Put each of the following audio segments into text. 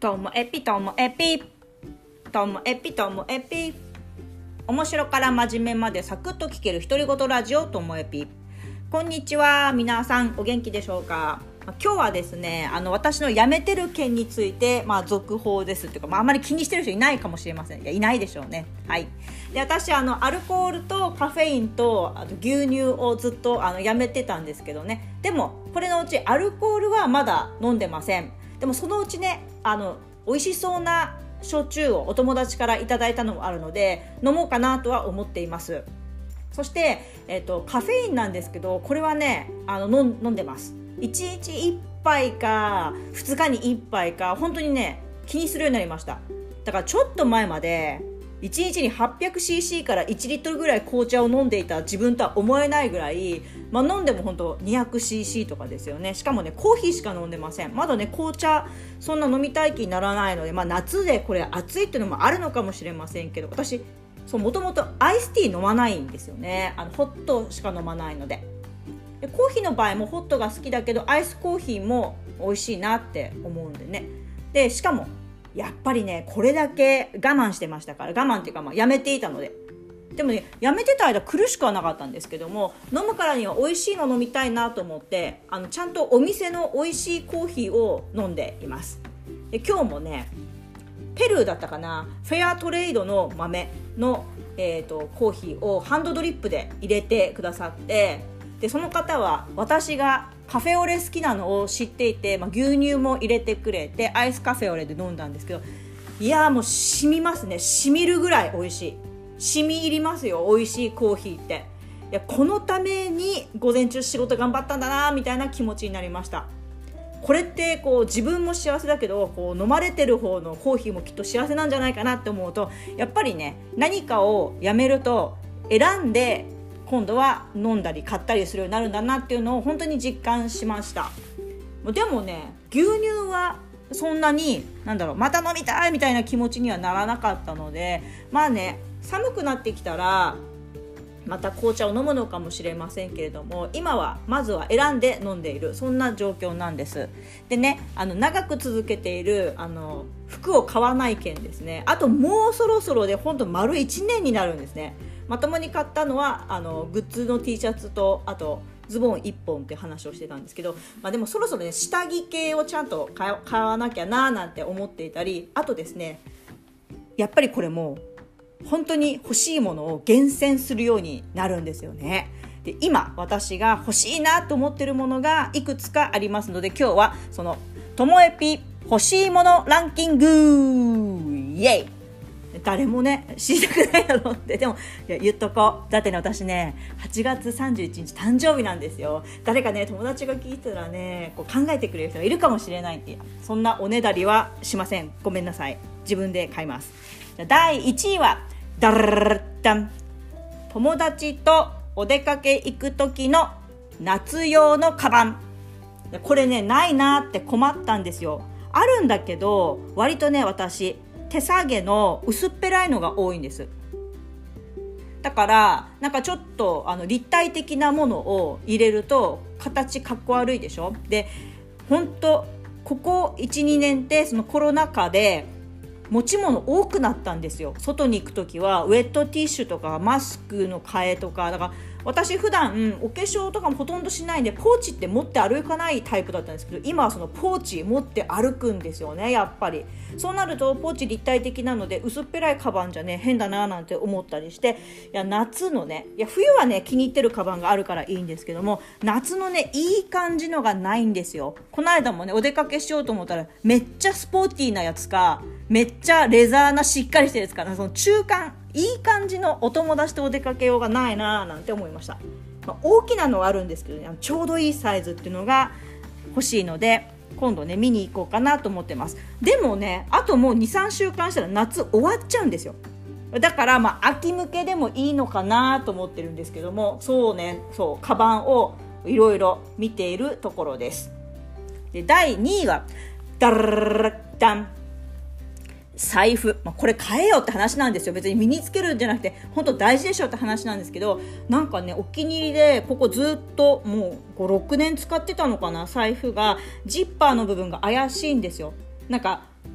ともえぴともえぴともえぴともえぴ面白から真面目までサクッと聞ける独り言ラジオともえぴ。こんにちは、皆さんお元気でしょうか。今日はですね、私の辞めてる件について、続報ですっていうか、あんまり気にしてる人いないかもしれません。いないでしょうね。はい。で、私アルコールとカフェインとあと牛乳をずっとやめてたんですけどね。でもこれのうちアルコールはまだ飲んでません。でもそのうちね、美味しそうな焼酎をお友達からいただいたのもあるので飲もうかなとは思っています。そして、カフェインなんですけど、これはね飲んでます。1日1杯か2日に1杯か本当にね気にするようになりました。だからちょっと前まで1日に 800cc から1リットルぐらい紅茶を飲んでいた自分とは思えないぐらい、飲んでも本当 200cc とかですよね。しかもねコーヒーしか飲んでません。まだね紅茶そんな飲みたい気にならないので、夏でこれ暑いっていうのもあるのかもしれませんけど、私もともとアイスティー飲まないんですよね。ホットしか飲まないので。コーヒーの場合もホットが好きだけどアイスコーヒーも美味しいなって思うんでね。でしかもやっぱりねこれだけ我慢してましたから、我慢っていうかやめていたので。でもねやめてた間苦しくはなかったんですけども、飲むからには美味しいの飲みたいなと思ってちゃんとお店の美味しいコーヒーを飲んでいます。で今日もねペルーだったかな、フェアトレードの豆の、コーヒーをハンドドリップで入れてくださって、でその方は私がカフェオレ好きなのを知っていて、牛乳も入れてくれてアイスカフェオレで飲んだんですけど、いやもう染みますね。染みるぐらい美味しい。染み入りますよ、美味しいコーヒーって。いやこのために午前中仕事頑張ったんだなみたいな気持ちになりました。これって自分も幸せだけど飲まれてる方のコーヒーもきっと幸せなんじゃないかなって思うと、やっぱりね何かをやめると選んで今度は飲んだり買ったりするようになるんだなっていうのを本当に実感しました。でもね牛乳はそんなにまた飲みたいみたいな気持ちにはならなかったので、寒くなってきたらまた紅茶を飲むのかもしれませんけれども、今はまずは選んで飲んでいる、そんな状況なんです。でね長く続けている服を買わない件ですね。あともうそろそろで本当丸1年になるんですね。まともに買ったのはグッズの T シャツとあとズボン1本って話をしてたんですけど、でもそろそろね下着系をちゃんと買わなきゃななんて思っていたり、あとですねやっぱりこれも本当に欲しいものを厳選するようになるんですよね。で今私が欲しいなと思っているものがいくつかありますので、今日はそのともえぴ欲しいものランキングイエイ。誰もね知りたくないだろうって、でも言っとこう。だってね私ね8月31日誕生日なんですよ。誰かね友達が聞いてたらね考えてくれる人がいるかもしれないって、そんなおねだりはしません。ごめんなさい、自分で買います。第1位はダルダン、友達とお出かけ行く時の夏用のカバン。これねないなって困ったんですよ。あるんだけど割とね私手提げの薄っぺらいのが多いんです。だからちょっと立体的なものを入れると形かっこ悪いでしょ。で本当ここ 1,2 年ってそのコロナ禍で持ち物多くなったんですよ。外に行くときはウェットティッシュとかマスクの替えとか、だから私普段お化粧とかもほとんどしないんでポーチって持って歩かないタイプだったんですけど、今はそのポーチ持って歩くんですよね。やっぱりそうなるとポーチ立体的なので薄っぺらいカバンじゃね変だななんて思ったりして、夏のね冬はね気に入ってるカバンがあるからいいんですけども、夏のねいい感じのがないんですよ。この間もねお出かけしようと思ったらめっちゃスポーティーなやつかめっちゃレザーなしっかりしてるやつかな、その中間いい感じのお友達とお出かけようがないななんて思いました。大きなのはあるんですけど、ね、ちょうどいいサイズっていうのが欲しいので今度ね見に行こうかなと思ってます。でもねあともう 2,3 週間したら夏終わっちゃうんですよ。だから秋向けでもいいのかなと思ってるんですけども、そうカバンをいろいろ見ているところです。で第2位はダルダン、財布。これ買えよって話なんですよ。別に身につけるんじゃなくて本当大事でしょって話なんですけど、お気に入りでここずっともう 5,6 年使ってたのかな。財布がジッパーの部分が怪しいんですよ。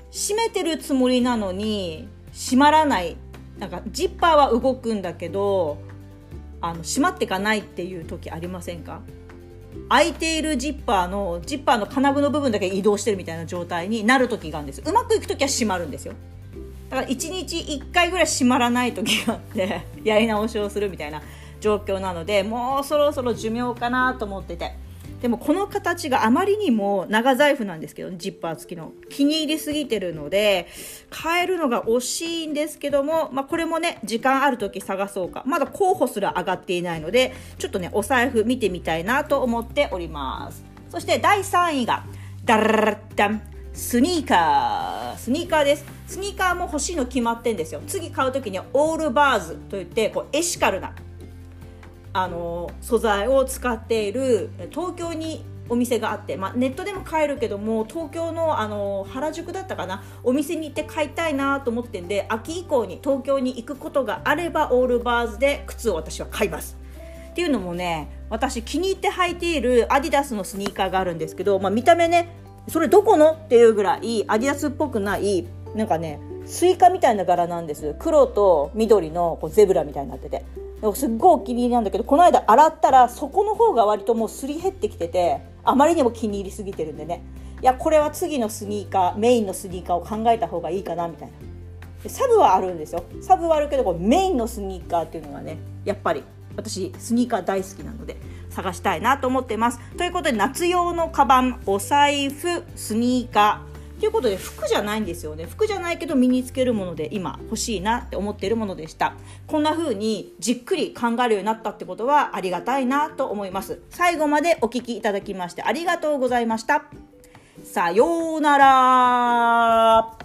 閉めてるつもりなのに閉まらない、なんかジッパーは動くんだけど閉まっていかないっていう時ありませんか？開いているジッパーの金具の部分だけ移動してるみたいな状態になる時があるんです。うまくいく時は閉まるんですよ。だから1日1回ぐらい閉まらない時があってやり直しをするみたいな状況なので、もうそろそろ寿命かなと思ってて、でもこの形があまりにも長財布なんですけど、ジッパー付きの気に入りすぎてるので変えるのが惜しいんですけども、これもね時間ある時探そうか、まだ候補すら上がっていないのでちょっとねお財布見てみたいなと思っております。そして第3位がダラララダン、スニーカーです。スニーカーも欲しいの決まってんですよ。次買う時にはオールバーズといってこうエシカルな素材を使っている東京にお店があって、ネットでも買えるけども東京の原宿だったかな、お店に行って買いたいなと思ってんで、秋以降に東京に行くことがあればオールバーズで靴を私は買います。っていうのもね、私気に入って履いているアディダスのスニーカーがあるんですけど、見た目ねそれどこのっていうぐらいアディダスっぽくない、なんかねスイカみたいな柄なんです。黒と緑のこうゼブラみたいになってて、すっごいお気に入りなんだけど、この間洗ったらそこの方が割ともうすり減ってきてて、あまりにも気に入りすぎてるんでね、いやこれは次のスニーカー、メインのスニーカーを考えた方がいいかなみたいな。でサブはあるんですよ。サブはあるけどこうメインのスニーカーっていうのがね、やっぱり私スニーカー大好きなので探したいなと思ってます。ということで夏用のカバン、お財布、スニーカーということで服じゃないんですよね。服じゃないけど身につけるもので今欲しいなって思っているものでした。こんな風にじっくり考えるようになったってことはありがたいなと思います。最後までお聞きいただきましてありがとうございました。さようなら。